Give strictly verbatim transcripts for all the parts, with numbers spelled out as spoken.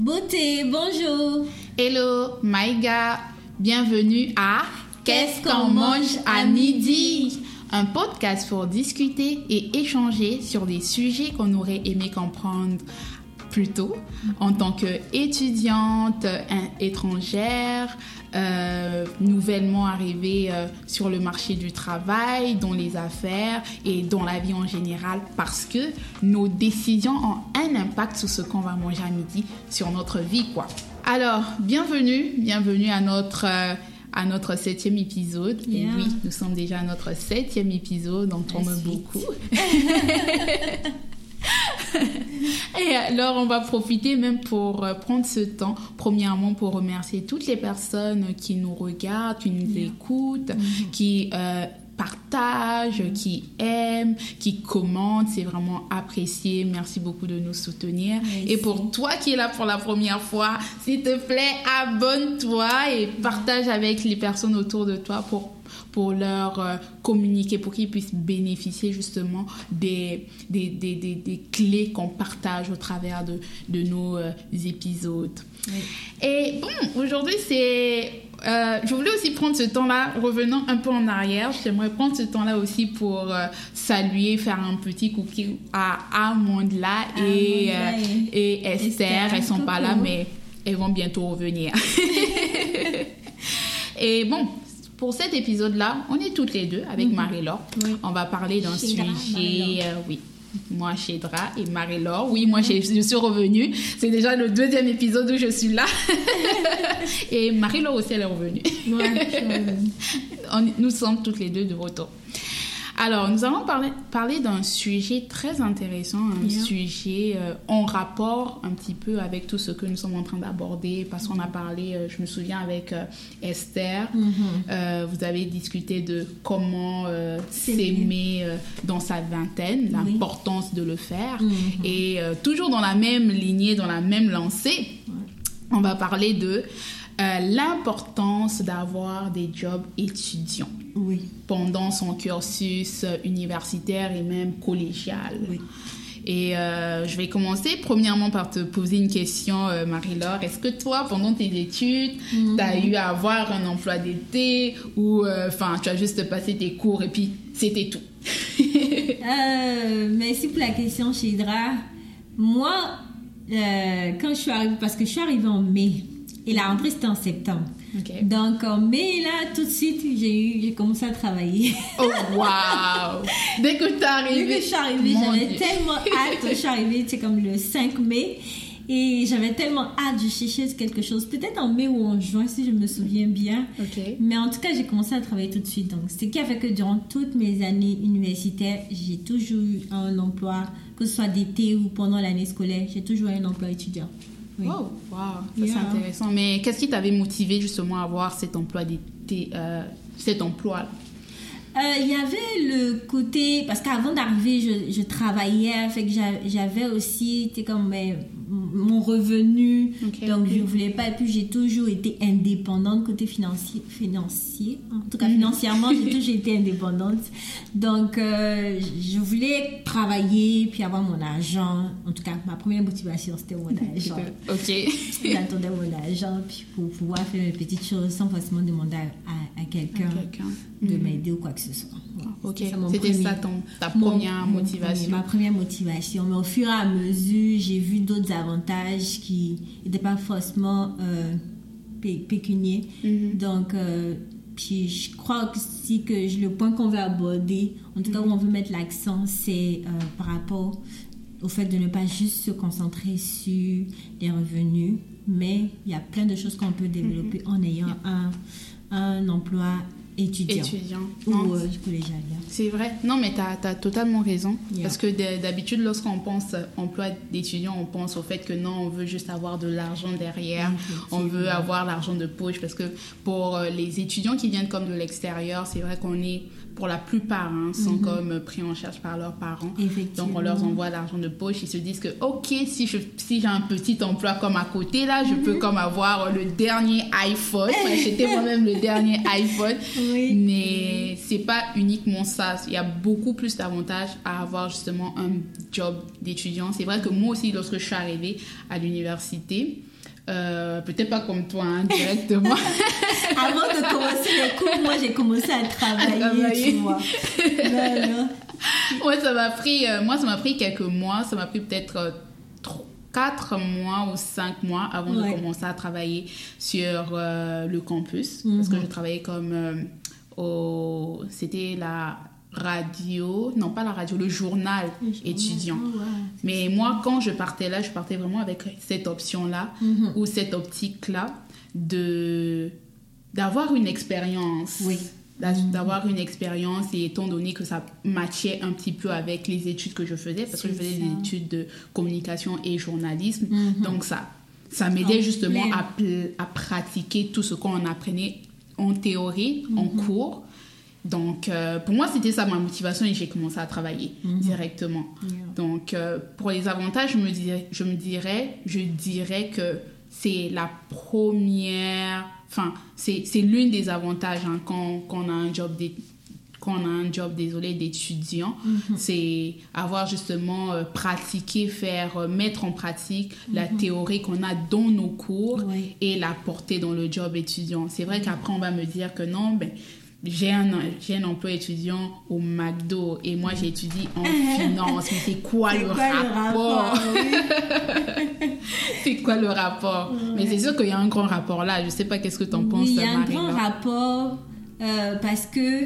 Beauté, bonjour. Hello, Maïga. Bienvenue à Qu'est-ce qu'on mange à midi? Un podcast pour discuter et échanger sur des sujets qu'on aurait aimé comprendre plus tôt en tant qu'étudiante étrangère, euh, nouvellement arrivée euh, sur le marché du travail, dans les affaires et dans la vie en général, parce que nos décisions ont un impact sur ce qu'on va manger à midi, sur notre vie, quoi. Alors, bienvenue, bienvenue à notre... Euh, à notre septième épisode. Yeah. Et oui, nous sommes déjà à notre septième épisode, on tourne beaucoup. Et alors, on va profiter même pour prendre ce temps, premièrement, pour remercier toutes les personnes qui nous regardent, qui nous yeah. écoutent, mm-hmm. qui... Euh, partagent, qui aiment, qui commentent, c'est vraiment apprécié. Merci beaucoup de nous soutenir. Merci. Et pour toi qui es là pour la première fois, s'il te plaît, abonne-toi et partage avec les personnes autour de toi pour pour leur euh, communiquer, pour qu'ils puissent bénéficier justement des, des, des, des, des clés qu'on partage au travers de, de nos euh, épisodes. Oui. Et bon, aujourd'hui, c'est... Euh, je voulais aussi prendre ce temps-là, revenant un peu en arrière, j'aimerais prendre ce temps-là aussi pour euh, saluer, faire un petit coucou à Amandla et, euh, et Esther. Esther. Elles sont coucou. Pas là, mais elles vont bientôt revenir. Et bon, pour cet épisode-là, on est toutes les deux avec mm-hmm. Marie-Laure. Oui. On va parler d'un Chédra, sujet... Euh, oui. Moi, Chédra et Marie-Laure. Oui, moi, je suis revenue. C'est déjà le deuxième épisode où je suis là. Et Marie-Laure aussi, elle est revenue. Ouais, je suis revenue. On, nous sommes toutes les deux de retour. Alors, nous allons parler, parler d'un sujet très intéressant, un yeah. sujet euh, en rapport un petit peu avec tout ce que nous sommes en train d'aborder, parce qu'on a parlé, euh, je me souviens, avec euh, Esther, mm-hmm. euh, vous avez discuté de comment euh, s'aimer euh, dans sa vingtaine, oui. l'importance de le faire, mm-hmm. et euh, toujours dans la même lignée, dans la même lancée, ouais. on va parler de euh, l'importance d'avoir des jobs étudiants. Oui. Pendant son cursus universitaire et même collégial. Oui. Et euh, je vais commencer premièrement par te poser une question, euh, Marie-Laure. Est-ce que toi, pendant tes études, mm-hmm. tu as eu à avoir un emploi d'été ou enfin, euh, tu as juste passé tes cours et puis c'était tout? euh, Merci pour la question, Chédra. Moi, euh, quand je suis arrivée, parce que je suis arrivée en mai et la rentrée c'était en septembre. Okay. Donc en mai là tout de suite j'ai eu j'ai commencé à travailler. Oh waouh! Dès que tu es arrivée. Dès que je suis arrivée, j'avais Dieu. tellement hâte. Je suis arrivée, c'est comme le cinq mai et j'avais tellement hâte. Je cherchais quelque chose, peut-être en mai ou en juin si je me souviens bien. Okay. Mais en tout cas j'ai commencé à travailler tout de suite. Donc ce qui a fait que durant toutes mes années universitaires j'ai toujours eu un emploi, que ce soit d'été ou pendant l'année scolaire, j'ai toujours eu un emploi étudiant. Oui. Oh, wow, ça yeah. c'est intéressant. Mais qu'est-ce qui t'avait motivé justement à avoir cet emploi d'été, euh, cet emploi? Il euh, y avait le côté, parce qu'avant d'arriver, je, je travaillais, fait que j'avais aussi, tu sais, comme mais, mon revenu, okay, donc okay. je voulais pas, et puis j'ai toujours été indépendante côté financier, financier en tout cas mm-hmm. financièrement, j'ai toujours été indépendante, donc euh, je voulais travailler, puis avoir mon argent, en tout cas ma première motivation c'était mon argent, ok, j'attendais mon argent, puis pour pouvoir faire mes petites choses sans forcément demander à, à, à quelqu'un, à quelqu'un de mm-hmm. m'aider ou quoi que ce soit. Voilà. Ok, c'est ça, c'était premier, ça ton, ta première mon, motivation. Mon, ma première motivation. Mais au fur et à mesure, j'ai vu d'autres avantages qui n'étaient pas forcément euh, pé- pécuniaires. Mm-hmm. Donc, euh, puis je crois aussi que le point qu'on veut aborder, en tout cas mm-hmm. où on veut mettre l'accent, c'est euh, par rapport au fait de ne pas juste se concentrer sur les revenus, mais il y a plein de choses qu'on peut développer mm-hmm. en ayant yeah. un, un emploi étudiant, étudiant. ou euh, collégial. C'est vrai. Non, mais tu as totalement raison. Yeah. Parce que d'habitude, lorsqu'on pense emploi d'étudiant, on pense au fait que non, on veut juste avoir de l'argent derrière. On veut avoir l'argent de poche. Parce que pour les étudiants qui viennent comme de l'extérieur, c'est vrai qu'on est, pour la plupart, hein, sont mm-hmm. comme pris en charge par leurs parents. Donc, on leur envoie l'argent de poche. Ils se disent que, OK, si, je, si j'ai un petit emploi comme à côté, là, je mm-hmm. peux comme avoir le dernier iPhone. J'étais moi-même le dernier iPhone. Oui. Mais c'est pas uniquement ça. Il y a beaucoup plus d'avantages à avoir justement un job d'étudiant. C'est vrai que moi aussi, lorsque je suis arrivée à l'université, Euh, peut-être pas comme toi, hein, directement. Avant de commencer les cours, moi, j'ai commencé à travailler, à travailler. Tu vois. Non, non. Moi, ça m'a pris, euh, moi, ça m'a pris quelques mois. Ça m'a pris peut-être euh, quatre mois ou cinq mois avant ouais. de commencer à travailler sur euh, le campus. Mm-hmm. Parce que je travaillais comme... Euh, au... C'était la... radio, non pas la radio, le journal le étudiant. Oh, ouais. Mais moi, quand je partais là, je partais vraiment avec cette option-là mm-hmm. ou cette optique-là de, d'avoir une expérience. Oui. D'avoir une expérience et étant donné que ça matchait un petit peu avec les études que je faisais, parce C'est que je faisais ça. des études de communication et journalisme. Mm-hmm. Donc ça, ça m'aidait en justement à, à pratiquer tout ce qu'on apprenait en théorie, mm-hmm. en cours. Donc, euh, pour moi, c'était ça ma motivation et j'ai commencé à travailler mm-hmm. directement. Yeah. Donc, euh, pour les avantages, je me dirais, je me dirais, je dirais que c'est la première, enfin, c'est, c'est l'une des avantages hein, quand, quand on a un job d'é- quand on a un job, désolé, d'étudiant, mm-hmm. c'est avoir justement euh, pratiqué, faire, euh, mettre en pratique mm-hmm. la théorie qu'on a dans nos cours oui. et la porter dans le job étudiant. C'est vrai mm-hmm. qu'après, on va me dire que non, ben, J'ai un, j'ai un emploi étudiant au McDo et moi j'étudie en finance. Mais c'est quoi, c'est le, quoi rapport? le rapport oui. C'est quoi le rapport? Ouais. Mais c'est sûr qu'il y a un grand rapport là. Je sais pas qu'est-ce que tu en penses, oui, Marie. Il y a un grand rapport euh, parce que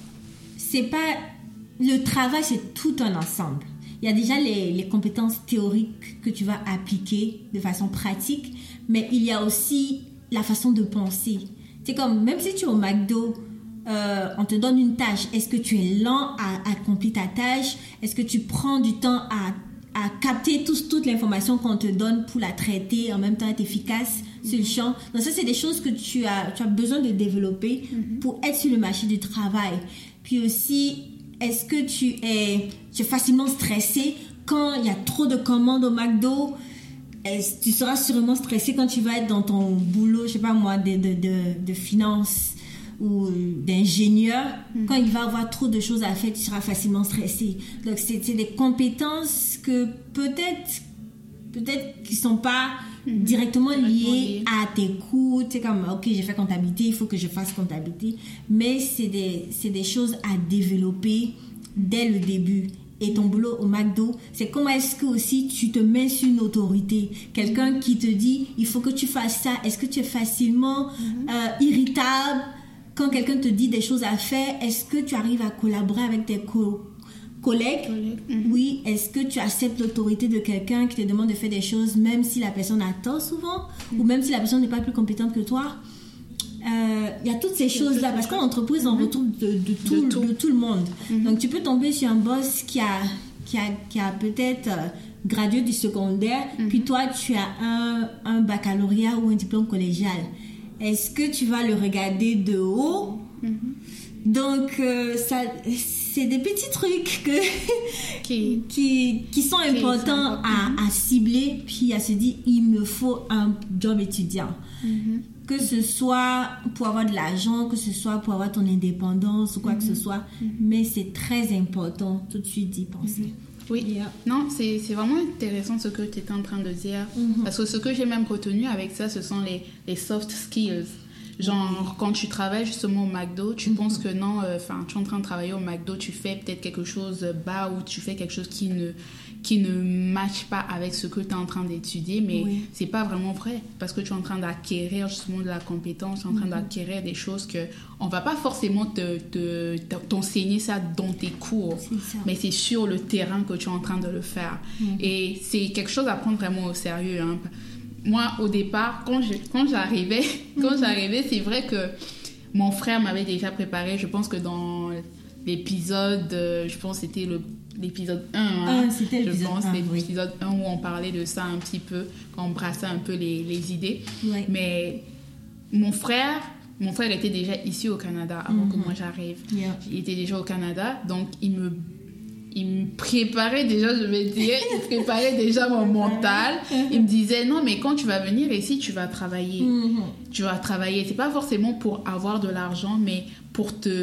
c'est pas... Le travail, c'est tout un ensemble. Il y a déjà les, les compétences théoriques que tu vas appliquer de façon pratique, mais il y a aussi la façon de penser. C'est comme, même si tu es au McDo... Euh, on te donne une tâche. Est-ce que tu es lent à, à accomplir ta tâche? Est-ce que tu prends du temps à, à capter tout, toute l'information qu'on te donne pour la traiter, en même temps être efficace mm-hmm. sur le champ? Donc ça, c'est des choses que tu as, tu as besoin de développer mm-hmm. pour être sur le marché du travail. Puis aussi, est-ce que tu es, tu es facilement stressé quand il y a trop de commandes au McDo? Est-ce, tu seras sûrement stressé quand tu vas être dans ton boulot, je sais pas moi, de, de, de, de finance ou d'ingénieur, mmh. quand il va avoir trop de choses à faire, tu seras facilement stressé. Donc, c'est, c'est des compétences que peut-être, peut-être qui ne sont pas mmh. directement liées à tes cours. Tu sais, comme, ok, j'ai fait comptabilité, il faut que je fasse comptabilité. Mais c'est des, c'est des choses à développer dès le début. Et ton boulot au McDo, c'est comment est-ce que aussi tu te mets sur une autorité. Quelqu'un qui te dit, il faut que tu fasses ça. Est-ce que tu es facilement mmh. euh, irritable quand quelqu'un te dit des choses à faire? Est-ce que tu arrives à collaborer avec tes co- collègues? collègues. Mm-hmm. Oui. Est-ce que tu acceptes l'autorité de quelqu'un qui te demande de faire des choses, même si la personne a tort souvent, mm-hmm. ou même si la personne n'est pas plus compétente que toi? Il euh, y a toutes ces choses-là, parce qu'en entreprise, on mm-hmm. retrouve de, de, tout, de, tout. de tout le monde. Mm-hmm. Donc, tu peux tomber sur un boss qui a, qui a, qui a peut-être euh, gradué du secondaire, mm-hmm. puis toi, tu as un, un baccalauréat ou un diplôme collégial. Est-ce que tu vas le regarder de haut? Mm-hmm. Donc, euh, ça, c'est des petits trucs que, qui, qui, qui sont qui importants à, à cibler, puis à se dire, il me faut un job étudiant. Mm-hmm. Que ce soit pour avoir de l'argent, que ce soit pour avoir ton indépendance ou quoi mm-hmm. que ce soit. Mm-hmm. Mais c'est très important tout de suite d'y penser. Mm-hmm. Oui, yeah. non, c'est, c'est vraiment intéressant ce que tu étais en train de dire. Mm-hmm. Parce que ce que j'ai même retenu avec ça, ce sont les, les soft skills. Genre, quand tu travailles justement au McDo, tu mm-hmm. penses que non, enfin, euh, tu es en train de travailler au McDo, tu fais peut-être quelque chose bas ou tu fais quelque chose qui ne, qui ne matche pas avec ce que tu es en train d'étudier, mais oui. c'est pas vraiment vrai parce que tu es en train d'acquérir justement de la compétence, tu es en train mm-hmm. d'acquérir des choses que on va pas forcément te, te, te, t'enseigner ça dans tes cours, c'est mais c'est sur le terrain que tu es en train de le faire. Mm-hmm. Et c'est quelque chose à prendre vraiment au sérieux, hein. Moi, au départ, quand, je, quand, j'arrivais, quand j'arrivais, c'est vrai que mon frère m'avait déjà préparé, je pense que dans l'épisode, je pense que c'était le, l'épisode un, hein, ah, c'était je l'épisode pense, un, c'était l'épisode oui. un où on parlait de ça un petit peu, quand on brassait un peu les, les idées. Oui. Mais mon frère, mon frère était déjà ici au Canada avant mm-hmm. que moi j'arrive. Yeah. Il était déjà au Canada, donc il me... il me préparait déjà, je vais dire, il préparait déjà mon mental. Il me disait, non, mais quand tu vas venir ici, tu vas travailler. Mm-hmm. Tu vas travailler. C'est pas forcément pour avoir de l'argent, mais pour te,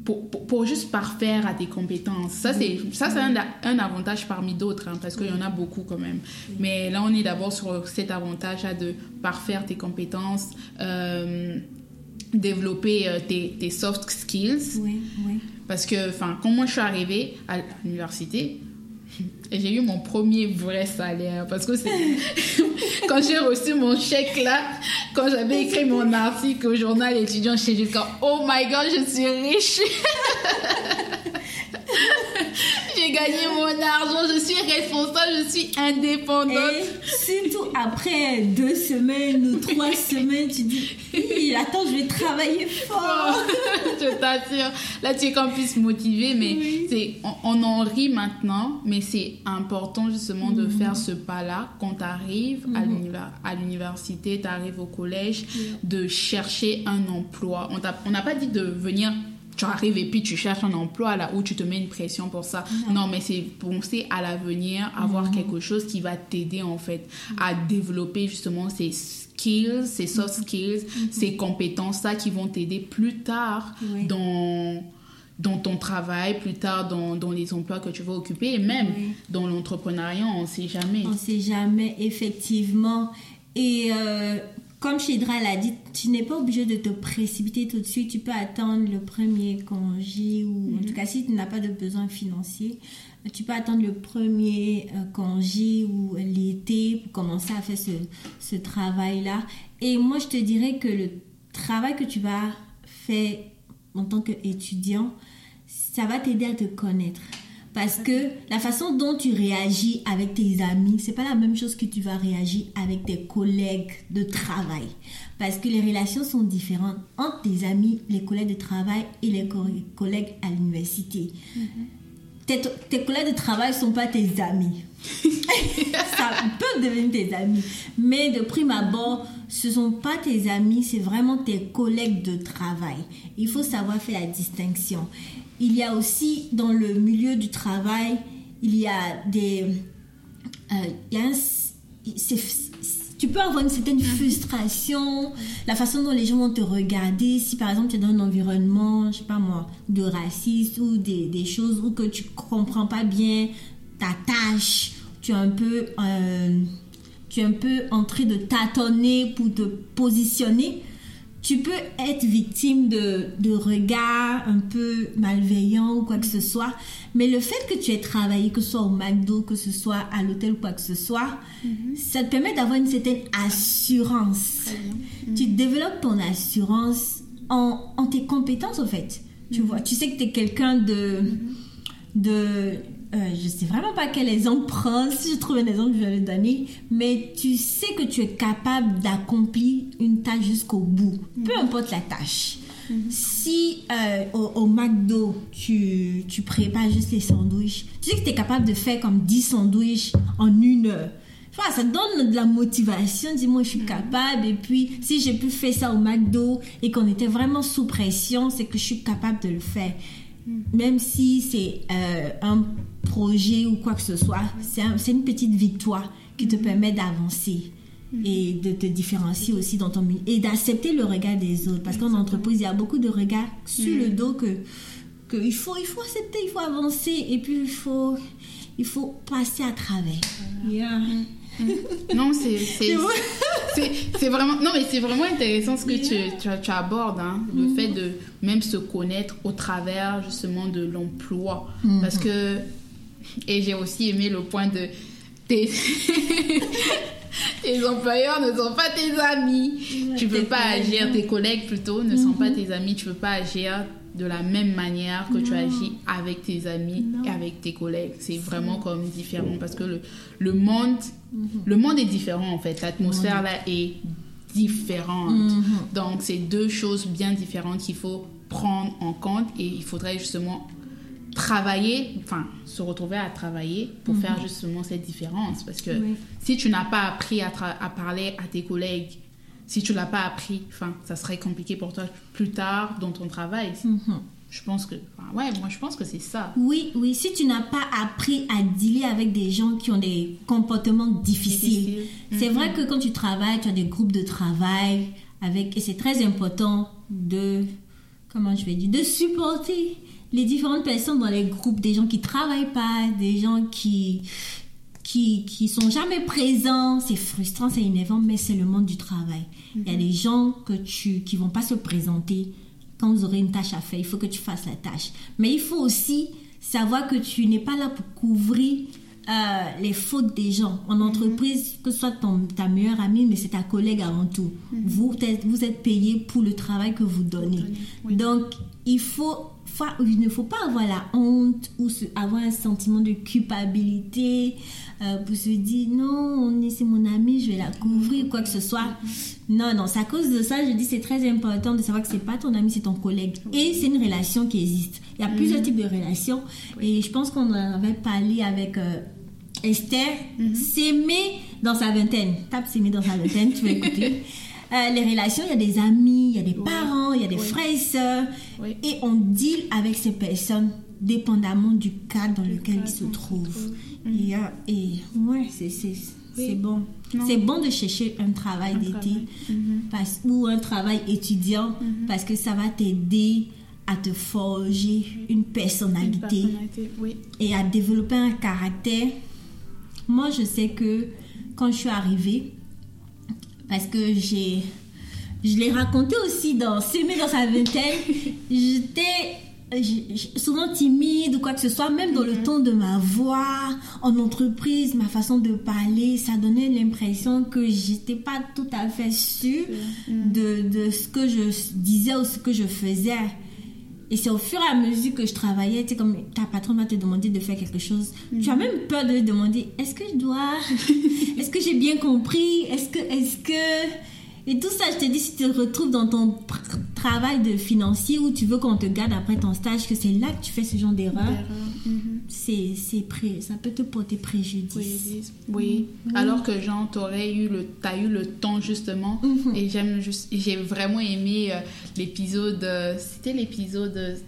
pour, pour, pour juste parfaire à tes compétences. Ça, c'est, ça, c'est un, un avantage parmi d'autres, hein, parce qu'il y en a beaucoup quand même. Mais là, on est d'abord sur cet avantage-là de parfaire tes compétences, euh, développer euh, tes, tes soft skills. Oui, oui. Parce que, enfin, quand moi, je suis arrivée à l'université, et j'ai eu mon premier vrai salaire, parce que c'est quand j'ai reçu mon chèque là, quand j'avais écrit mon article au journal étudiant, j'étais juste comme oh my god, je suis riche. J'ai gagné mon argent, je suis responsable, je suis indépendante. Et surtout après deux semaines ou trois semaines, tu dis attends, je vais travailler fort. Je t'assure, là tu es comme plus motivée, mais oui. c'est, on, on en rit maintenant, mais c'est important justement de mmh. faire ce pas-là quand tu arrives mmh. à, l'univers, à l'université, tu arrives au collège, mmh. de chercher un emploi. On n'a pas dit de venir... tu arrives et puis tu cherches un emploi là où tu te mets une pression pour ça. Non, non mais c'est penser à l'avenir, avoir mmh. quelque chose qui va t'aider en fait mmh. à développer justement ces skills, ces soft skills, mmh. ces compétences-là qui vont t'aider plus tard oui. dans, dans ton travail, plus tard dans, dans les emplois que tu vas occuper et même oui. dans l'entrepreneuriat, on ne sait jamais. On ne sait jamais, effectivement. Et... Euh... Comme Chedra l'a dit, tu n'es pas obligé de te précipiter tout de suite. Tu peux attendre le premier congé ou mm-hmm. en tout cas si tu n'as pas de besoin financier, tu peux attendre le premier euh, congé ou l'été pour commencer à faire ce, ce travail-là. Et moi, je te dirais que le travail que tu vas faire en tant qu'étudiant, ça va t'aider à te connaître. Parce que la façon dont tu réagis avec tes amis, c'est pas la même chose que tu vas réagir avec tes collègues de travail. Parce que les relations sont différentes entre tes amis, les collègues de travail et les co- collègues à l'université. Mm-hmm. Tes, tes collègues de travail sont pas tes amis. Ça peut devenir tes amis. Mais de prime abord, ce sont pas tes amis, c'est vraiment tes collègues de travail. Il faut savoir faire la distinction. Il y a aussi, dans le milieu du travail, il y a des... Euh, il y a un, c'est, tu peux avoir une certaine frustration, la façon dont les gens vont te regarder. Si par exemple tu es dans un environnement, je sais pas moi, de racisme ou des, des choses où que tu comprends pas bien ta tâche, tu es un peu, euh, tu es un peu en train de tâtonner pour te positionner. Tu peux être victime de, de regards un peu malveillants ou quoi que ce soit. Mais le fait que tu aies travaillé, que ce soit au McDo, que ce soit à l'hôtel ou quoi que ce soit, mm-hmm. ça te permet d'avoir une certaine assurance. Mm-hmm. Tu développes ton assurance en, en tes compétences, en fait. Mm-hmm. Tu vois, tu sais que tu es quelqu'un de... Mm-hmm. de Euh, je sais vraiment pas quel exemple prendre. Si je trouve un exemple, je vais le donner. Mais tu sais que tu es capable d'accomplir une tâche jusqu'au bout. Mm-hmm. Peu importe la tâche. Mm-hmm. Si euh, au, au McDo, tu, tu prépares juste les sandwichs, tu sais que tu es capable de faire comme dix sandwichs en une heure. Enfin, ça donne de la motivation. Dis-moi, je suis capable. Et puis, si j'ai pu faire ça au McDo et qu'on était vraiment sous pression, c'est que je suis capable de le faire. Même si c'est euh, un projet ou quoi que ce soit, c'est, un, c'est une petite victoire qui te permet d'avancer et de te différencier aussi dans ton milieu et d'accepter le regard des autres. Parce qu'en entreprise, il y a beaucoup de regards sur mmh. le dos que, que il faut, il faut accepter, il faut avancer et puis il faut, il faut passer à travers. Yeah. Non, c'est, c'est, c'est, c'est vraiment, non, mais c'est vraiment intéressant ce que yeah. tu, tu, tu abordes, hein, le mm-hmm. fait de même se connaître au travers justement de l'emploi. Mm-hmm. Parce que, et j'ai aussi aimé le point de tes, tes employeurs ne sont pas tes amis. Ouais, tu ne peux pas agir, tes collègues plutôt ne mm-hmm. sont pas tes amis, tu ne peux pas agir de la même manière que non. tu agis avec tes amis non. et avec tes collègues. C'est, c'est vraiment comme différent parce que le, le, monde, mm-hmm. le monde est différent en fait. L'atmosphère mm-hmm. là est différente. Mm-hmm. Donc, c'est deux choses bien différentes qu'il faut prendre en compte et il faudrait justement travailler, enfin, se retrouver à travailler pour mm-hmm. faire justement cette différence. Parce que oui. si tu n'as pas appris à, tra- à parler à tes collègues, si tu ne l'as pas appris, enfin, ça serait compliqué pour toi plus tard dans ton travail. Mm-hmm. Je pense que, enfin, ouais, moi je pense que c'est ça. Oui, oui, si tu n'as pas appris à dealer avec des gens qui ont des comportements difficiles. Difficile. C'est mm-hmm. vrai que quand tu travailles, tu as des groupes de travail avec, et c'est très important de, comment je vais dire, de supporter les différentes personnes dans les groupes, des gens qui travaillent pas, des gens qui qui qui sont jamais présents. C'est frustrant, c'est énervant, mais c'est le monde du travail. Mm-hmm. Il y a des gens que tu qui vont pas se présenter quand vous aurez une tâche à faire. Il faut que tu fasses la tâche, mais il faut aussi savoir que tu n'es pas là pour couvrir euh, les fautes des gens en entreprise, mm-hmm. que ce soit ton, ta meilleure amie, mais c'est ta collègue avant tout. Mm-hmm. Vous êtes, vous êtes payé pour le travail que vous donnez. Oui. Donc, il faut, faut, il ne faut pas avoir la honte ou se, avoir un sentiment de culpabilité euh, pour se dire non, c'est mon amie, je vais la couvrir, quoi que ce soit. Non, non, c'est à cause de ça, je dis c'est très important de savoir que c'est pas ton ami, c'est ton collègue. Et c'est une relation qui existe. Il y a mm-hmm. plusieurs types de relations. Et je pense qu'on en avait parlé avec euh, Esther. Mm-hmm. S'aimer dans sa vingtaine. Tape s'aimer dans sa vingtaine, tu vas écouter. Euh, les relations, il y a des amis, il y a des oui. parents, il y a des oui. frères et sœurs. Oui. Et on deal avec ces personnes dépendamment du cadre dans lequel cadre ils se trouvent. Trouve. Mm-hmm. Et, euh, et ouais, c'est... c'est Oui. C'est bon. Non. C'est bon de chercher un travail un d'été travail. Mm-hmm. parce, ou un travail étudiant mm-hmm. parce que ça va t'aider à te forger une personnalité, une personnalité oui. et à développer un caractère. Moi, je sais que quand je suis arrivée, parce que j'ai, je l'ai raconté aussi dans S'aimer dans sa vingtaine, j'étais... souvent timide ou quoi que ce soit, même dans mm-hmm. le ton de ma voix en entreprise, ma façon de parler, ça donnait l'impression que j'étais pas tout à fait sûre mm-hmm. de, de ce que je disais ou ce que je faisais. Et c'est au fur et à mesure que je travaillais, tu sais, comme ta patronne va te demander de faire quelque chose, mm-hmm. tu as même peur de lui demander est-ce que je dois, est-ce que j'ai bien compris, est-ce que, est-ce que et tout ça, je te dis, si tu te retrouves dans ton pr- travail de financier où tu veux qu'on te garde après ton stage, que c'est là que tu fais ce genre d'erreur, mm-hmm. c'est, c'est pré- ça peut te porter préjudice. Oui, oui. Mm-hmm. Alors que genre, t'aurais eu le, t'as eu le temps justement, mm-hmm. et j'aime juste, j'ai vraiment aimé euh, l'épisode, euh, c'était l'épisode euh,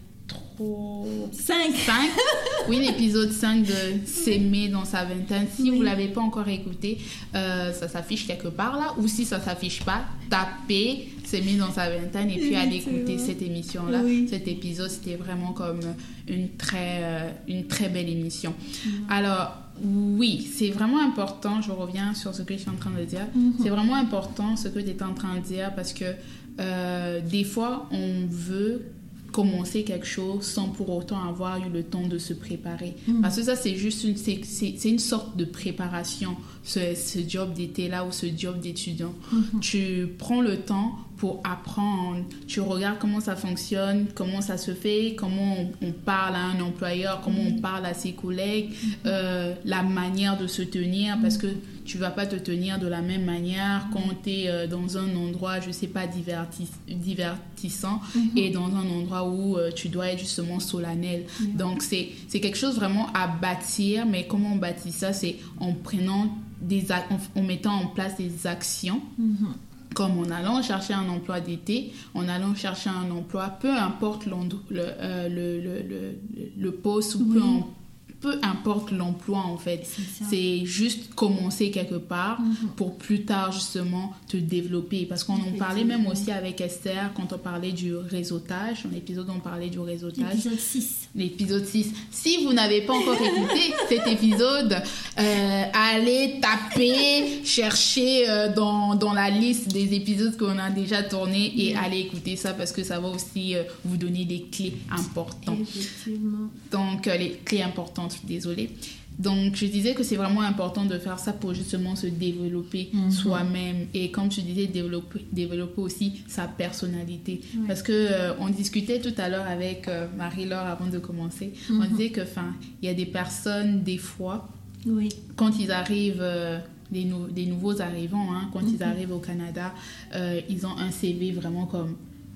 cinq. cinq Oui, l'épisode cinq de S'aimer dans sa vingtaine. Si oui. vous ne l'avez pas encore écouté, euh, ça s'affiche quelque part là. Ou si ça ne s'affiche pas, tapez S'aimer dans sa vingtaine et puis allez écouter cette émission-là. Oui. Cet épisode, c'était vraiment comme une très, euh, une très belle émission. Mm. Alors, oui, c'est vraiment important. Je reviens sur ce que je suis en train de dire. Mm-hmm. C'est vraiment important ce que tu es en train de dire parce que euh, des fois, on veut commencer quelque chose sans pour autant avoir eu le temps de se préparer. Mmh. Parce que ça, c'est juste une, c'est, c'est, c'est une sorte de préparation, ce, ce job d'été-là ou ce job d'étudiant. Mmh. Tu prends le temps pour apprendre, tu regardes comment ça fonctionne, comment ça se fait, comment on, on parle à un employeur, comment mmh. on parle à ses collègues, mmh. euh, la manière de se tenir, mmh. parce que tu vas pas te tenir de la même manière quand tu es euh, dans un endroit, je sais pas, divertis, divertissant mm-hmm. et dans un endroit où euh, tu dois être justement solennel. Mm-hmm. Donc, c'est, c'est quelque chose vraiment à bâtir, mais comment on bâtit ça? C'est en prenant des, en, en mettant en place des actions. Mm-hmm. Comme en allant chercher un emploi d'été, en allant chercher un emploi, peu importe le, euh, le, le, le, le poste ou peu, oui. peu importe l'emploi en fait. C'est, c'est juste commencer quelque part mm-hmm. pour plus tard justement te développer. Parce qu'on en parlait même aussi avec Esther quand on parlait du réseautage. Dans l'épisode on parlait du réseautage. L'épisode six. L'épisode six. Si vous n'avez pas encore écouté cet épisode, euh, allez taper, chercher euh, dans, dans la liste des épisodes qu'on a déjà tournés et mm-hmm. allez écouter ça parce que ça va aussi euh, vous donner des clés importantes. Effectivement. Donc, euh, les clés importantes, désolée. Donc, je disais que c'est vraiment important de faire ça pour justement se développer mm-hmm. soi-même. Et comme tu disais, développer, développer aussi sa personnalité. Ouais. Parce que euh, on discutait tout à l'heure avec euh, Marie-Laure avant de commencer. Mm-hmm. On disait que, enfin, il y a des personnes, des fois, oui. quand ils arrivent... Euh, des, nou- des nouveaux arrivants, hein, quand mm-hmm. ils arrivent au Canada, euh, ils ont un C V vraiment comme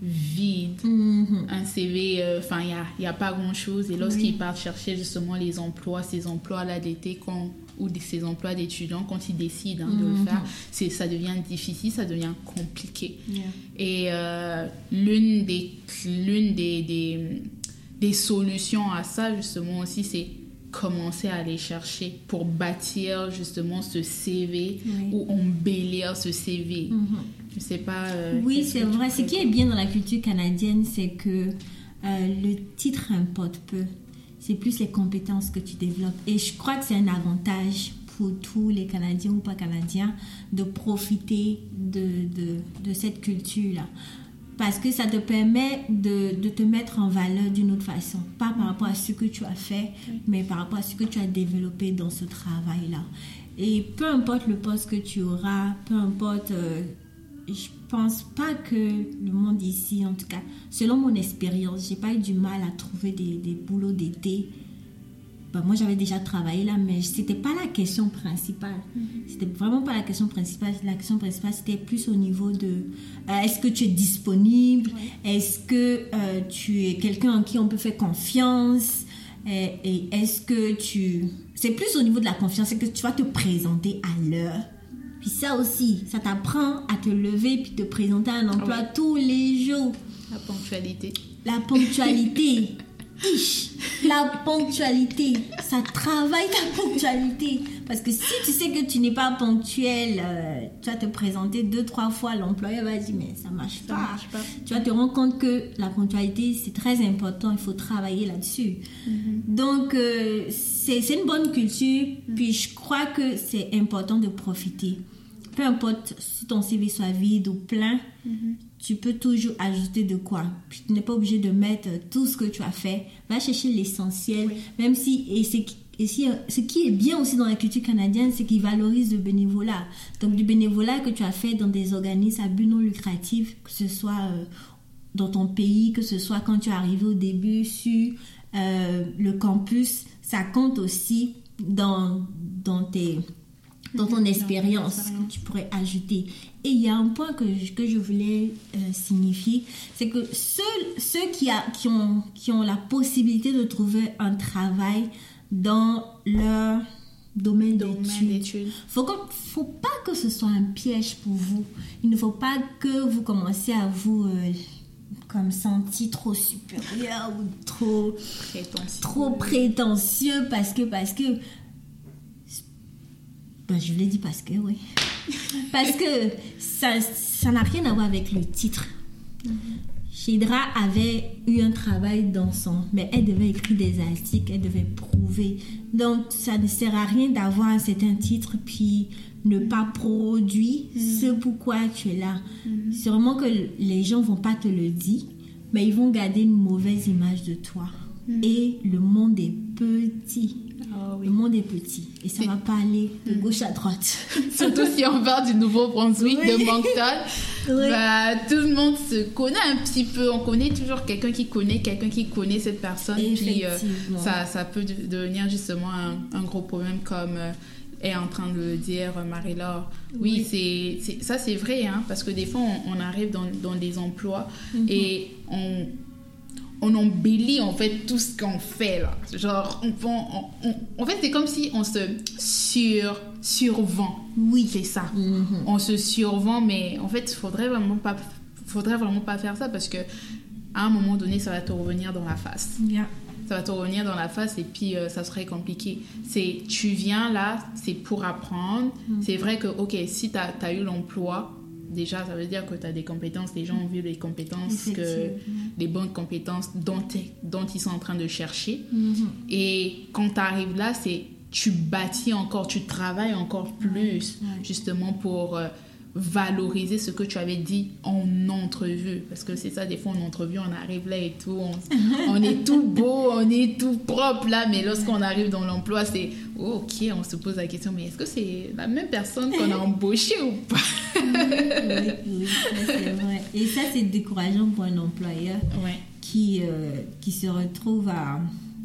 vide, mm-hmm. un C V, enfin, il n'y a, y a pas grand-chose. Et lorsqu'ils oui. partent chercher justement les emplois, ces emplois-là d'été, quand, ou ces emplois d'étudiants, quand ils décident hein, mm-hmm. de le faire, c'est, ça devient difficile, ça devient compliqué. Yeah. Et euh, l'une, des, l'une des, des, des solutions à ça, justement, aussi, c'est commencer à aller chercher pour bâtir justement ce C V oui. ou embellir ce C V? Mm-hmm. Je sais pas. Euh, oui, c'est vrai. Ce qui est bien dans la culture canadienne, c'est que euh, le titre importe peu. C'est plus les compétences que tu développes. Et je crois que c'est un avantage pour tous les Canadiens ou pas Canadiens de profiter de, de, de cette culture-là. Parce que ça te permet de, de te mettre en valeur d'une autre façon. Pas par rapport à ce que tu as fait, oui. mais par rapport à ce que tu as développé dans ce travail-là. Et peu importe le poste que tu auras, peu importe... Euh, je pense pas que le monde ici, en tout cas, selon mon expérience, j'ai pas eu du mal à trouver des, des boulots d'été. Ben, moi, j'avais déjà travaillé là, mais c'était pas la question principale. Mm-hmm. C'était vraiment pas la question principale. La question principale, c'était plus au niveau de euh, est-ce que tu es disponible? Ouais. Est-ce que euh, tu es quelqu'un en qui on peut faire confiance? Et, et est-ce que tu... C'est plus au niveau de la confiance, c'est que tu vas te présenter à l'heure. Puis ça aussi, ça t'apprend à te lever puis te présenter à un emploi oui. tous les jours. La ponctualité. La ponctualité. Ish, la ponctualité. Ça travaille ta ponctualité. Parce que si tu sais que tu n'es pas ponctuel, euh, tu vas te présenter deux, trois fois, l'employeur va dire, mais ça ne marche pas. marche pas. Tu vas te rendre compte que la ponctualité, c'est très important. Il faut travailler là-dessus. Mm-hmm. Donc, euh, c'est, c'est une bonne culture. Mm-hmm. Puis, je crois que c'est important de profiter. Peu importe si ton C V soit vide ou plein, mm-hmm. tu peux toujours ajouter de quoi. Puis tu n'es pas obligé de mettre tout ce que tu as fait. Va chercher l'essentiel. Oui. Même si, et, c'est, et si, ce qui est bien aussi dans la culture canadienne, c'est qu'ils valorisent le bénévolat. Donc du bénévolat que tu as fait dans des organismes à but non lucratif, que ce soit euh, dans ton pays, que ce soit quand tu es arrivé au début sur euh, le campus, ça compte aussi dans, dans tes... dans ton expérience que tu pourrais ajouter. Et il y a un point que je, que je voulais euh, signifier, c'est que ceux, ceux qui, a, qui, ont, qui ont la possibilité de trouver un travail dans leur domaine, domaine d'études, d'études. Faut, faut pas que ce soit un piège pour vous. Il ne faut pas que vous commenciez à vous... Euh, comme senti trop supérieur ou trop prétentieux, trop prétentieux parce que... Parce que Ben, je l'ai dit parce que, oui. Parce que ça, ça n'a rien à voir avec le titre. Mm-hmm. Shedra avait eu un travail dans son... Mais elle devait écrire des articles, elle devait prouver. Donc, ça ne sert à rien d'avoir un certain titre puis ne pas produire mm-hmm. ce pourquoi tu es là. Mm-hmm. C'est vraiment que les gens ne vont pas te le dire, mais ils vont garder une mauvaise image de toi. Mm-hmm. Et le monde est petit. Oh, oui. Le monde est petit et ça ne va pas aller de gauche à droite. Surtout si on parle du Nouveau-Brunswick, oui. de Moncton. Oui. Bah, tout le monde se connaît un petit peu. On connaît toujours quelqu'un qui connaît quelqu'un qui connaît cette personne. Puis euh, ça, ça peut devenir justement un, un gros problème comme euh, est en train de le dire Marie-Laure. Oui, oui. C'est, c'est, ça c'est vrai, hein, parce que des fois on, on arrive dans, dans des emplois mm-hmm. et on... on embellit en fait tout ce qu'on fait là. Genre, on, on, on, en fait, c'est comme si on se sur, survend. Oui. C'est ça. Mm-hmm. On se survend, mais en fait, il faudrait vraiment pas, faudrait vraiment pas faire ça parce que à un moment donné, ça va te revenir dans la face. Yeah. Ça va te revenir dans la face et puis euh, ça serait compliqué. C'est, tu viens là, c'est pour apprendre. Mm-hmm. C'est vrai que, ok, si tu as eu l'emploi, déjà, ça veut dire que tu as des compétences. Les gens ont vu les compétences, que, les bonnes compétences dont, dont ils sont en train de chercher. Mm-hmm. Et quand tu arrives là, c'est, tu bâtis encore, tu travailles encore plus, ouais. justement pour euh, valoriser ce que tu avais dit en entrevue. Parce que c'est ça, des fois en entrevue, on arrive là et tout, on, on est tout beau, on est tout propre là, mais lorsqu'on arrive dans l'emploi, c'est oh, ok, on se pose la question, mais est-ce que c'est la même personne qu'on a embauchée ou pas? oui, oui, ça c'est vrai. Et ça, c'est décourageant pour un employeur ouais. qui, euh, qui se retrouve à,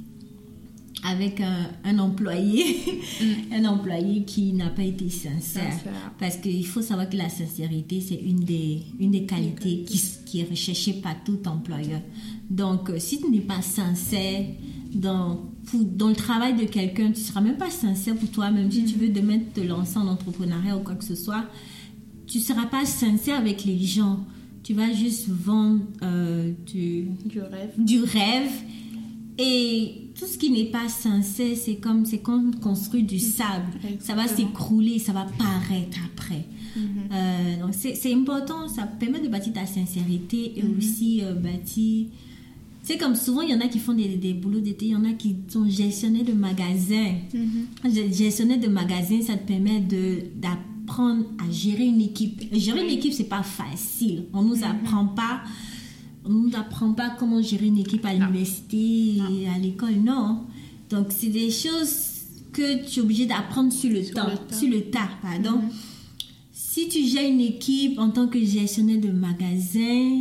avec un, un employé, mm. un employé qui n'a pas été sincère. sincère. Parce qu'il faut savoir que la sincérité, c'est une des, une des qualités qui, qui est recherchée par tout employeur. Donc, si tu n'es pas sincère dans, pour, dans le travail de quelqu'un, tu ne seras même pas sincère pour toi-même. Si mm. tu veux demain te lancer en entrepreneuriat ou quoi que ce soit, tu ne seras pas sincère avec les gens. Tu vas juste vendre euh, du, du rêve. Du rêve Et tout ce qui n'est pas sincère, c'est comme, c'est comme construire du sable. Exactement. Ça va s'écrouler, ça va paraître après. Mm-hmm. Euh, donc, c'est, c'est important, ça permet de bâtir ta sincérité et mm-hmm. aussi euh, bâtir... C'est comme souvent, il y en a qui font des, des boulots d'été, il y en a qui sont gestionnaires de magasins. Mm-hmm. Gestionnaire de magasins, ça te permet de, d'apprendre à gérer une équipe. Gérer oui. une équipe, c'est pas facile. On nous mm-hmm. apprend pas... On ne nous apprend pas comment gérer une équipe à l'université non. et à l'école, non. Donc, c'est des choses que tu es obligé d'apprendre sur le, sur temps, le temps, sur le tas, pardon. Mm-hmm. Si tu gères une équipe en tant que gestionnaire de magasin,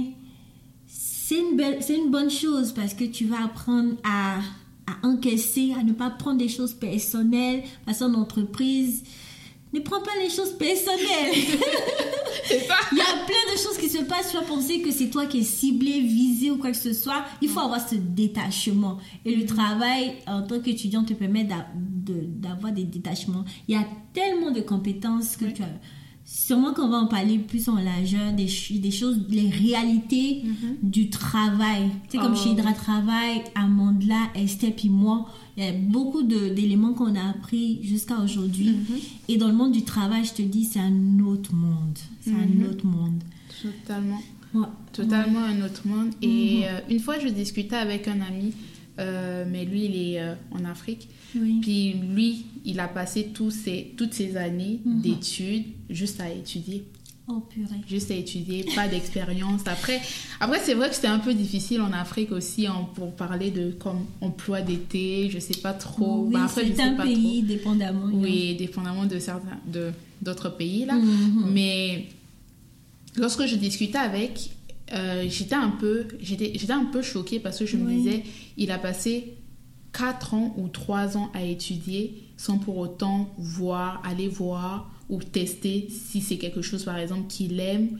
c'est une, belle, c'est une bonne chose parce que tu vas apprendre à, à encaisser, à ne pas prendre des choses personnelles. Parce qu'en entreprise, ne prends pas les choses personnelles. C'est ça. Il y a plein de choses qui se passent. Tu vas penser que c'est toi qui es ciblé, visé ou quoi que ce soit. Il faut avoir ce détachement. Et le travail, en tant qu'étudiant, te permet d'a, de, d'avoir des détachements. Il y a tellement de compétences que oui. tu as. Sûrement qu'on va en parler plus en largeur, des, des choses, les réalités mm-hmm. du travail. C'est oh. comme chez Hydra Travail, Amandla, Esther puis moi. Il y a beaucoup de, d'éléments qu'on a appris jusqu'à aujourd'hui. Mm-hmm. Et dans le monde du travail, je te dis, c'est un autre monde. C'est mm-hmm. un autre monde. Totalement. Ouais. Totalement ouais. un autre monde. Et mm-hmm. euh, une fois, je discutais avec un ami, euh, mais lui, il est euh, en Afrique. Oui. Puis lui, il a passé tous ces, toutes ces années mm-hmm. d'études juste à étudier. Oh purée. Juste à étudier, pas d'expérience. Après, après, c'est vrai que c'était un peu difficile en Afrique aussi hein, pour parler de comme emploi d'été, je sais pas trop. Oui, bah, après, c'est je sais un pas pays trop. dépendamment. Oui, non. dépendamment de certains, de, d'autres pays là. Mm-hmm. Mais lorsque je discutais avec, euh, j'étais un peu, j'étais, j'étais un peu choquée parce que je me oui. disais, il a passé quatre ans ou trois ans à étudier sans pour autant voir, aller voir ou tester si c'est quelque chose, par exemple, qu'il aime,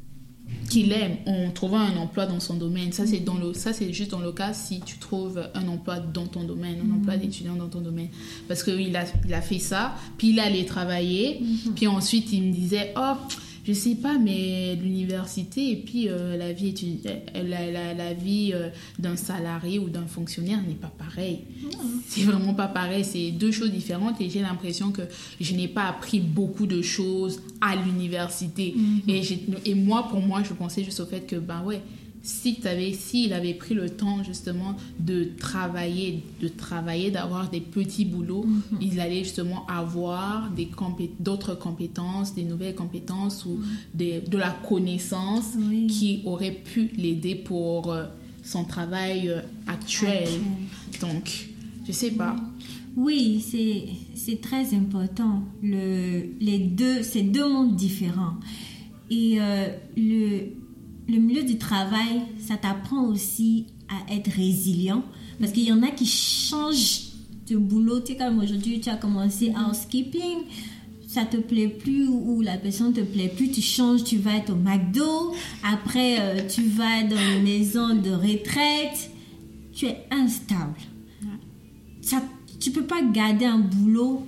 qu'il aime en trouvant un emploi dans son domaine. Ça, c'est, dans le, ça, c'est juste dans le cas si tu trouves un emploi dans ton domaine, un mm-hmm. emploi d'étudiant dans ton domaine. Parce qu'il a, il a fait ça, puis il allait travailler, mm-hmm. puis ensuite, il me disait « Oh, je sais pas, mais l'université et puis euh, la vie, étudi- la, la, la vie euh, d'un salarié ou d'un fonctionnaire n'est pas pareil. Mmh. C'est vraiment pas pareil. C'est deux choses différentes et j'ai l'impression que je n'ai pas appris beaucoup de choses à l'université. Mmh. Et, j'ai, et moi, pour moi, je pensais juste au fait que, ben ouais, si t'avais, s'il avait pris le temps justement de travailler, de travailler, d'avoir des petits boulots, mm-hmm. il allait justement avoir des compé- d'autres compétences, des nouvelles compétences ou mm-hmm. des, de la connaissance oui. qui aurait pu l'aider pour euh, son travail euh, actuel. Okay. Donc, je sais pas. Oui, c'est, c'est très important. Le, les deux, c'est deux mondes différents. Et euh, le... Le milieu du travail, ça t'apprend aussi à être résilient. Parce qu'il y en a qui changent de boulot. Tu sais, comme aujourd'hui, tu as commencé mm-hmm. housekeeping, ça te plaît plus ou la personne te plaît plus, tu changes, tu vas être au McDo. Après, euh, tu vas dans une maison de retraite. Tu es instable. Ouais. Ça, tu peux pas garder un boulot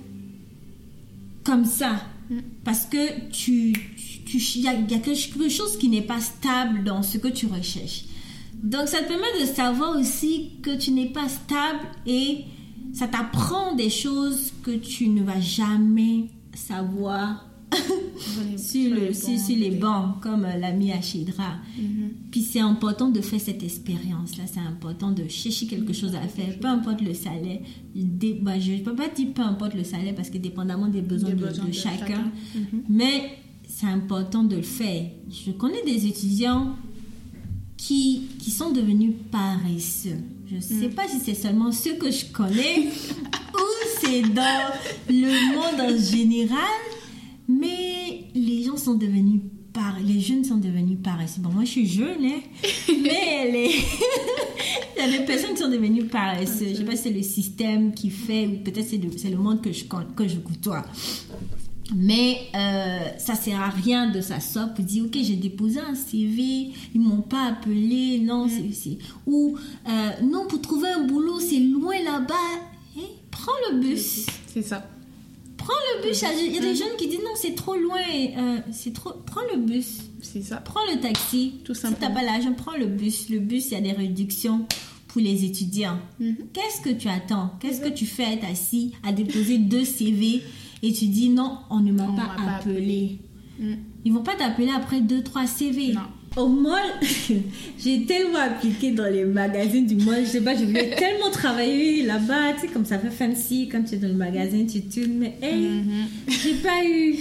comme ça. Mm. Parce que tu... il y a, y a quelque chose qui n'est pas stable dans ce que tu recherches. Donc, ça te permet de savoir aussi que tu n'es pas stable et ça t'apprend des choses que tu ne vas jamais savoir sur, le, sur, sur les bancs, comme l'ami Achidra. Mm-hmm. Puis, c'est important de faire cette expérience-là. C'est important de chercher quelque chose à faire, peu importe le salaire. Des, bah, je ne peux pas dire peu importe le salaire parce que dépendamment des besoins, des de, besoins de, de chacun. chacun. Mm-hmm. Mais c'est important de le faire. Je connais des étudiants qui, qui sont devenus paresseux. Je ne sais mm. pas si c'est seulement ceux que je connais ou c'est dans le monde en général, mais les gens sont devenus par... les jeunes sont devenus paresseux. Bon, moi, je suis jeune, hein, mais les... il y a des personnes qui sont devenues paresseux. Je ne sais pas si c'est le système qui fait, ou peut-être c'est le, c'est le monde que je, que je côtoie. Mais euh, ça ne sert à rien de s'asseoir pour dire « Ok, j'ai déposé un C V, ils ne m'ont pas appelé. » Non, mm. c'est, c'est... Ou euh, « Non, pour trouver un boulot, c'est loin là-bas. Eh, » Prends le bus. C'est ça. Prends le bus. Il y a des jeunes qui disent « Non, c'est trop loin. Euh, c'est trop... » Prends le bus. C'est ça. Prends le taxi. Tout simplement. Si tu n'as pas l'argent, prends le bus. Le bus, il y a des réductions pour les étudiants. Mm-hmm. Qu'est-ce que tu attends? Qu'est-ce mm-hmm. que tu fais être assis à déposer deux C V et tu dis non, on ne m'a on pas m'a appelé. Pas appelé. Mm. Ils vont pas t'appeler après deux, trois C V. Non. Au mall, j'ai tellement appliqué dans les magazines du mall. Je sais pas, je voulais tellement travailler là-bas. Tu sais, comme ça fait fancy. Quand tu es dans le magasin, tu tournes. Mais hey, mm-hmm. j'ai pas eu...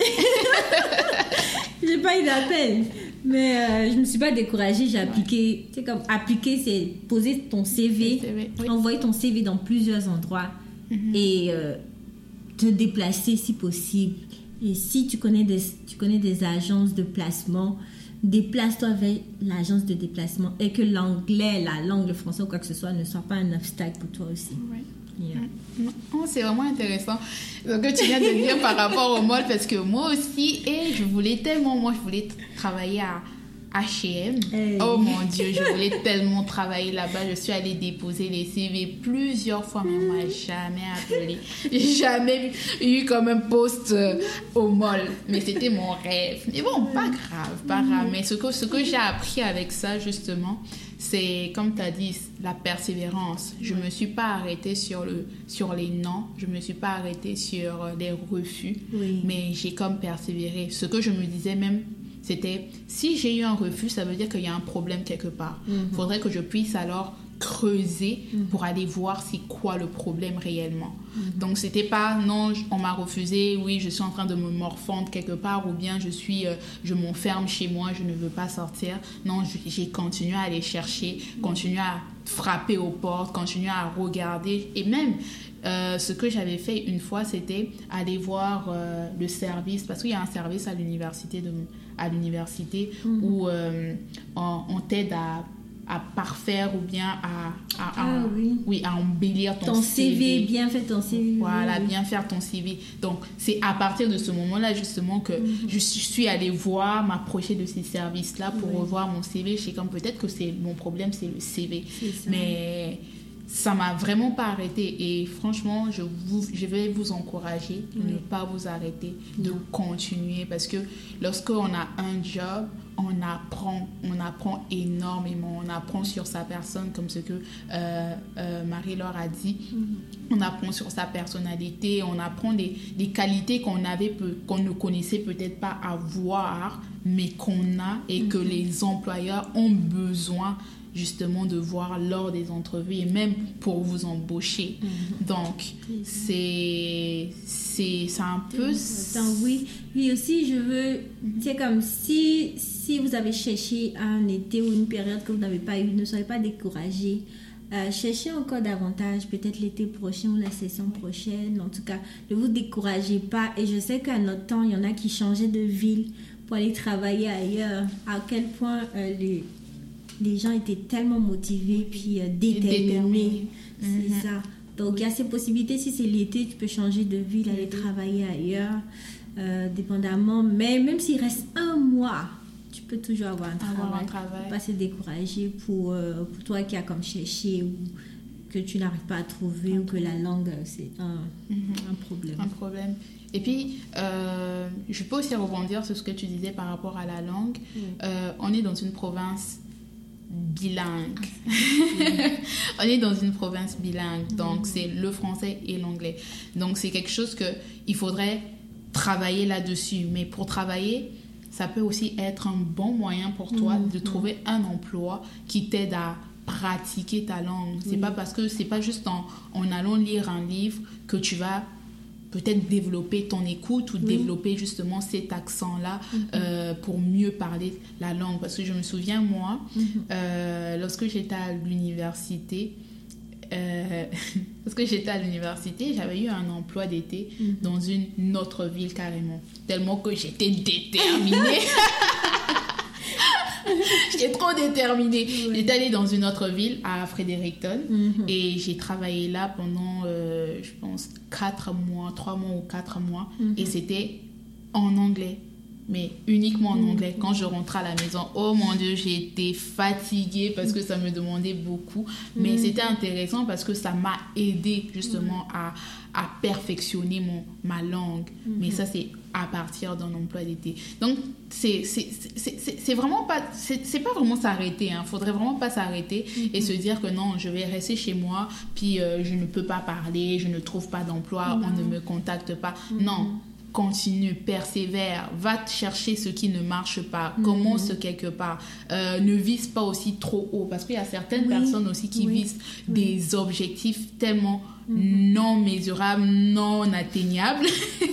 j'ai pas eu d'appel. Mais euh, je me suis pas découragée. J'ai appliqué... Tu sais, comme appliquer, c'est poser ton C V, C V oui. envoyer ton C V dans plusieurs endroits mm-hmm. et euh, te déplacer si possible. Et si tu connais des, tu connais des agences de placement... déplace-toi vers l'agence de déplacement et que l'anglais, la langue, le français ou quoi que ce soit ne soit pas un obstacle pour toi aussi. Oui. Yeah. Oh, c'est vraiment intéressant ce que tu viens de dire par rapport au mall parce que moi aussi, et je voulais tellement, moi je voulais travailler à H et M. Hey. Oh mon Dieu, je voulais tellement travailler là-bas. Je suis allée déposer les C V plusieurs fois, mais on m'a jamais appelé. J'ai jamais eu comme un poste euh, au mall. Mais c'était mon rêve. Mais bon, pas grave, pas grave. Mais ce que, ce que j'ai appris avec ça, justement, c'est, comme tu as dit, la persévérance. Je ne me suis pas arrêtée sur, le, sur les non. Je ne me suis pas arrêtée sur les refus. Oui. Mais j'ai comme persévéré. Ce que je me disais même, c'était, si j'ai eu un refus, ça veut dire qu'il y a un problème quelque part. Il mm-hmm. faudrait que je puisse alors creuser mm-hmm. pour aller voir c'est quoi le problème réellement. Mm-hmm. Donc, c'était pas, non, on m'a refusé, oui, je suis en train de me morfondre quelque part, ou bien je suis, euh, je m'enferme chez moi, je ne veux pas sortir. Non, j'ai continué à aller chercher, mm-hmm. continué à frapper aux portes, continué à regarder, et même... Euh, ce que j'avais fait une fois, c'était aller voir euh, le service, parce qu'il y a un service à l'université, de, à l'université mm-hmm. où euh, on, on t'aide à, à parfaire ou bien à, à, à, ah, oui. Oui, à embellir ton, ton C V. C V. Bien faire ton C V. Voilà, oui. bien faire ton C V. Donc, c'est à partir de ce moment-là, justement, que mm-hmm. je suis allée voir, m'approcher de ces services-là pour oui. revoir mon C V. Je sais comme peut-être que c'est, mon problème, c'est le C V. C'est ça. Mais... ça m'a vraiment pas arrêté et franchement je, vous, je vais vous encourager de oui. ne pas vous arrêter, de non. continuer parce que lorsqu'on a un job, on apprend, on apprend énormément, on apprend sur sa personne comme ce que euh, euh, Marie-Laure a dit, mm-hmm. on apprend sur sa personnalité, on apprend des, des qualités qu'on avait peu, qu'on ne connaissait peut-être pas avoir mais qu'on a et mm-hmm. que les employeurs ont besoin justement de voir lors des entrevues et même pour vous embaucher. Mm-hmm. Donc, mm-hmm. c'est, c'est, c'est un peu... Attends, oui. Oui, aussi, je veux... C'est comme si, si vous avez cherché un été ou une période que vous n'avez pas eu, ne soyez pas découragés. Euh, cherchez encore davantage, peut-être l'été prochain ou la session prochaine. En tout cas, ne vous découragez pas. Et je sais qu'à notre temps, il y en a qui changeaient de ville pour aller travailler ailleurs. À quel point euh, les... les gens étaient tellement motivés puis euh, déterminés. C'est mm-hmm. ça. Donc, il y a ces possibilités. Si c'est l'été, tu peux changer de ville, aller mm-hmm. travailler ailleurs, euh, dépendamment. Mais même s'il reste un mois, tu peux toujours avoir un avoir travail. Un travail. Pas se décourager pour, euh, pour toi qui as comme cherché ou que tu n'arrives pas à trouver okay. ou que la langue, c'est un, mm-hmm. un problème. Un problème. Et puis, euh, je peux aussi rebondir sur ce que tu disais par rapport à la langue. Mm. Euh, on est dans une province bilingue. On est dans une province bilingue, donc c'est le français et l'anglais. Donc c'est quelque chose que il faudrait travailler là-dessus. Mais pour travailler, ça peut aussi être un bon moyen pour toi mmh. de trouver un emploi qui t'aide à pratiquer ta langue. C'est oui. pas parce que c'est pas juste en, en allant lire un livre que tu vas peut-être développer ton écoute ou oui. développer justement cet accent-là mm-hmm. euh, pour mieux parler la langue. Parce que je me souviens, moi, mm-hmm. euh, lorsque j'étais à l'université, euh, lorsque j'étais à l'université, j'avais eu un emploi d'été mm-hmm. dans une autre ville carrément. Tellement que j'étais déterminée. J'étais trop déterminée. Oui. J'étais allée dans une autre ville, à Fredericton, mm-hmm. et j'ai travaillé là pendant, euh, je pense, quatre mois, trois mois ou quatre mois, mm-hmm. et c'était en anglais, mais uniquement en mm-hmm. anglais. Quand je rentrais à la maison, oh mon Dieu, j'ai été fatiguée parce que ça me demandait beaucoup, mais mm-hmm. c'était intéressant parce que ça m'a aidée justement mm-hmm. à, à perfectionner mon, ma langue. Mm-hmm. Mais ça, c'est à partir d'un emploi d'été. Donc, c'est, c'est, c'est, c'est, c'est vraiment pas, c'est, c'est pas vraiment s'arrêter. Il hein. Faudrait vraiment pas s'arrêter mm-hmm. et se dire que non, je vais rester chez moi, puis euh, je ne peux pas parler, je ne trouve pas d'emploi, non. On ne me contacte pas. Mm-hmm. Non, continue, persévère, va te chercher ce qui ne marche pas, mm-hmm. commence quelque part. Euh, ne vise pas aussi trop haut, parce qu'il y a certaines oui. personnes aussi qui oui. visent oui. des objectifs tellement mm-hmm. non mesurables, non atteignables.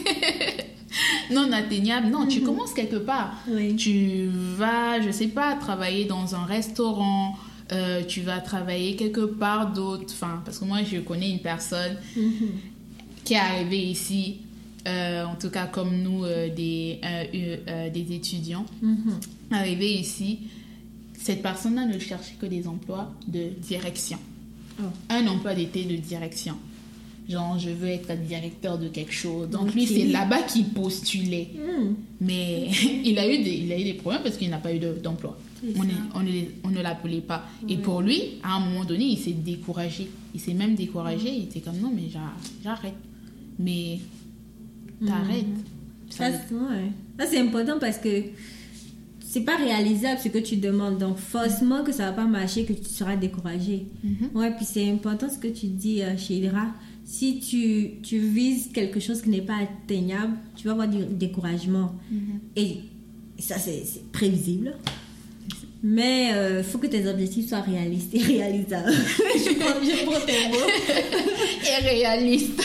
non atteignable, non, mm-hmm. tu commences quelque part. Oui. Tu vas, je sais pas, travailler dans un restaurant, euh, tu vas travailler quelque part d'autre. Enfin, parce que moi, je connais une personne mm-hmm. qui est arrivée ici, euh, en tout cas comme nous, euh, des, euh, euh, des étudiants, mm-hmm. arrivée ici. Cette personne-là ne cherchait que des emplois de direction. Oh. Un emploi d'été de direction. Genre, je veux être directeur de quelque chose. Donc, okay. lui, c'est là-bas qu'il postulait. Mm. Mais il a, eu des, il a eu des problèmes parce qu'il n'a pas eu de, d'emploi. On, est, on, ne, on ne l'appelait pas. Ouais. Et pour lui, à un moment donné, il s'est découragé. Il s'est même découragé. Mm. Il était comme, non, mais j'arrête. Mais t'arrêtes. Mm. Ça, c'est, ouais. Ça, c'est important parce que c'est pas réalisable ce que tu demandes. Donc, forcément que ça va pas marcher, que tu seras découragé. Mm-hmm. Ouais, puis c'est important ce que tu dis, euh, Chédra. Si tu, tu vises quelque chose qui n'est pas atteignable, tu vas avoir du découragement. Mm-hmm. Et ça, c'est, c'est prévisible. Mais il euh, faut que tes objectifs soient réalistes et réalisables. je, prends, je prends tes mots. Et réalistes.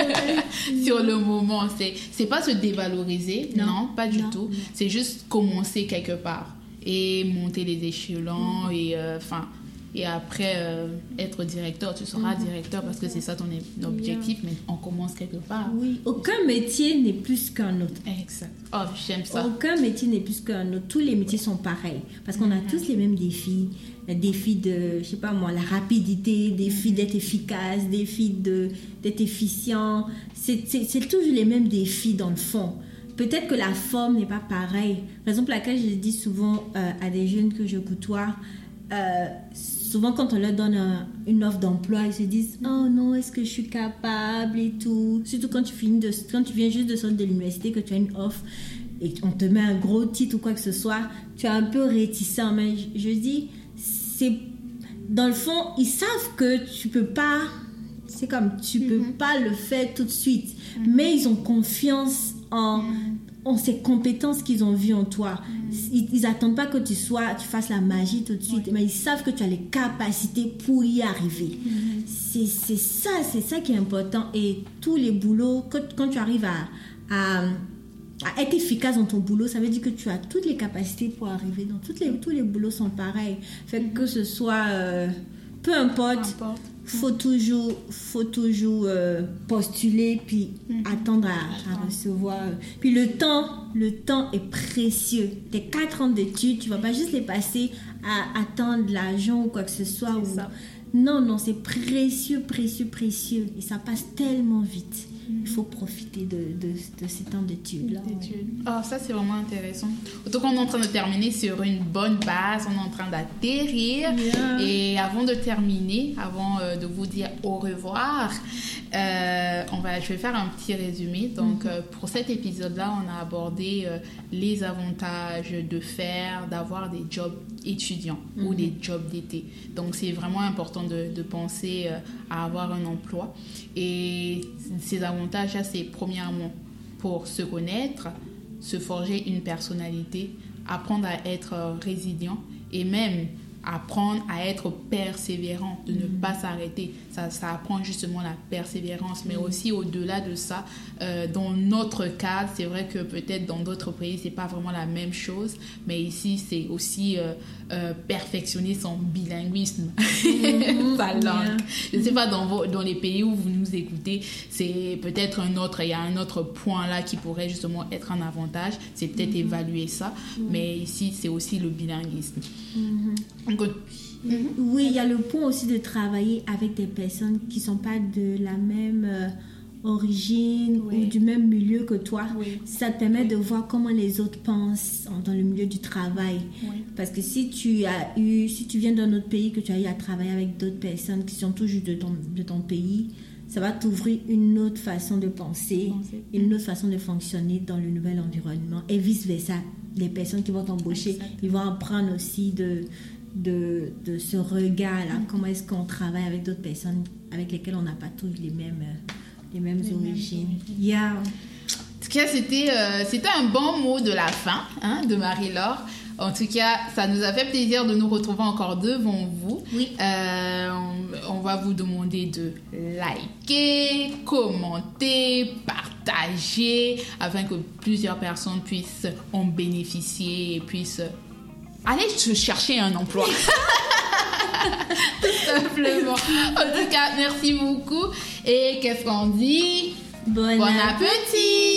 Sur le moment. C'est, c'est pas se dévaloriser. Non, non pas du non, tout. Non. C'est juste commencer quelque part. Et monter les échelons. Mm-hmm. Et enfin... Euh, Et après, euh, être directeur, tu seras mmh. directeur parce que c'est ça ton objectif, yeah. mais on commence quelque part. Oui, aucun métier n'est plus qu'un autre. Exact. Oh, j'aime ça. Aucun métier n'est plus qu'un autre. Tous les métiers sont pareils parce qu'on a mmh. tous les mêmes défis. Défis de, je sais pas moi, la rapidité, défis mmh. d'être efficace, défis de, d'être efficient. C'est, c'est, c'est toujours les mêmes défis dans le fond. Peut-être que la forme n'est pas pareille. Raison pour laquelle je dis souvent euh, à des jeunes que je côtoie, euh, souvent quand on leur donne un, une offre d'emploi, ils se disent oh non, est-ce que je suis capable et tout. Surtout quand tu finis de, quand tu viens juste de sortir de l'université, que tu as une offre et on te met un gros titre ou quoi que ce soit, tu es un peu réticent. Mais je, je dis, c'est dans le fond, ils savent que tu peux pas, c'est comme tu mm-hmm. peux pas le faire tout de suite, mm-hmm. mais ils ont confiance en mm-hmm. en ces compétences qu'ils ont vues en toi. Mm-hmm. Ils n'attendent pas que tu sois, tu fasses la magie tout de suite, oui. mais ils savent que tu as les capacités pour y arriver. Mm-hmm. C'est, c'est ça, c'est ça qui est important. Et tous les boulots, quand, quand tu arrives à, à, à être efficace dans ton boulot, ça veut dire que tu as toutes les capacités pour arriver. Donc, toutes les, tous les boulots sont pareils. Fait mm-hmm. que ce soit... Euh, peu importe, peu importe. faut toujours, faut toujours euh, postuler puis mm-hmm. attendre à, à recevoir. Puis le temps, le temps est précieux. Tes quatre ans d'études, tu vas pas juste les passer à attendre l'argent ou quoi que ce soit. Ou... Non, non, c'est précieux, précieux, précieux. Et ça passe tellement vite. Il faut profiter de, de, de ces temps d'études. d'études. Oh, ça, c'est vraiment intéressant. Autant qu'on est en train de terminer sur une bonne base, on est en train d'atterrir. Yeah. Et avant de terminer, avant euh, de vous dire au revoir, euh, on va, je vais faire un petit résumé. Donc, mm-hmm. euh, pour cet épisode-là, on a abordé euh, les avantages de faire, d'avoir des jobs étudiants mm-hmm. ou des jobs d'été. Donc, c'est vraiment important de, de penser euh, à avoir un emploi. Et ces avantages, là, c'est premièrement pour se connaître, se forger une personnalité, apprendre à être résilient et même apprendre à être persévérant, de ne pas s'arrêter. Ça, ça apprend justement la persévérance, mais aussi au-delà de ça, euh, dans notre cadre, c'est vrai que peut-être dans d'autres pays, c'est pas vraiment la même chose, mais ici, c'est aussi euh, euh, perfectionner son bilinguisme, mm-hmm. sa langue. Yeah. Je ne sais pas, dans, vos, dans les pays où vous nous écoutez, c'est peut-être un autre, il y a un autre point là qui pourrait justement être un avantage, c'est peut-être mm-hmm. évaluer ça, mm-hmm. mais ici, c'est aussi le bilinguisme. Mm-hmm. Donc, Mm-hmm. Oui, il y a le point aussi de travailler avec des personnes qui ne sont pas de la même euh, origine oui. ou du même milieu que toi. Oui. Ça te permet oui. de voir comment les autres pensent dans le milieu du travail. Oui. Parce que si tu as eu, si tu viens d'un autre pays, que tu as eu à travailler avec d'autres personnes qui sont toujours de ton, de ton pays, ça va t'ouvrir une autre façon de penser, penser. une autre façon de fonctionner dans le nouvel environnement et vice-versa. Les personnes qui vont t'embaucher, Exactement. ils vont apprendre aussi de, de, de ce regard-là. Mm-hmm. Comment est-ce qu'on travaille avec d'autres personnes avec lesquelles on n'a pas tous les mêmes, les mêmes les origines. Mêmes. Yeah. En tout cas, c'était, euh, c'était un bon mot de la fin hein, de Marie-Laure. En tout cas, ça nous a fait plaisir de nous retrouver encore devant vous. Oui. Euh, on, on va vous demander de liker, commenter, partager, afin que plusieurs personnes puissent en bénéficier et puissent aller se chercher un emploi. Tout simplement. En tout cas, merci beaucoup. Et qu'est-ce qu'on dit? Bon, bon appétit. appétit.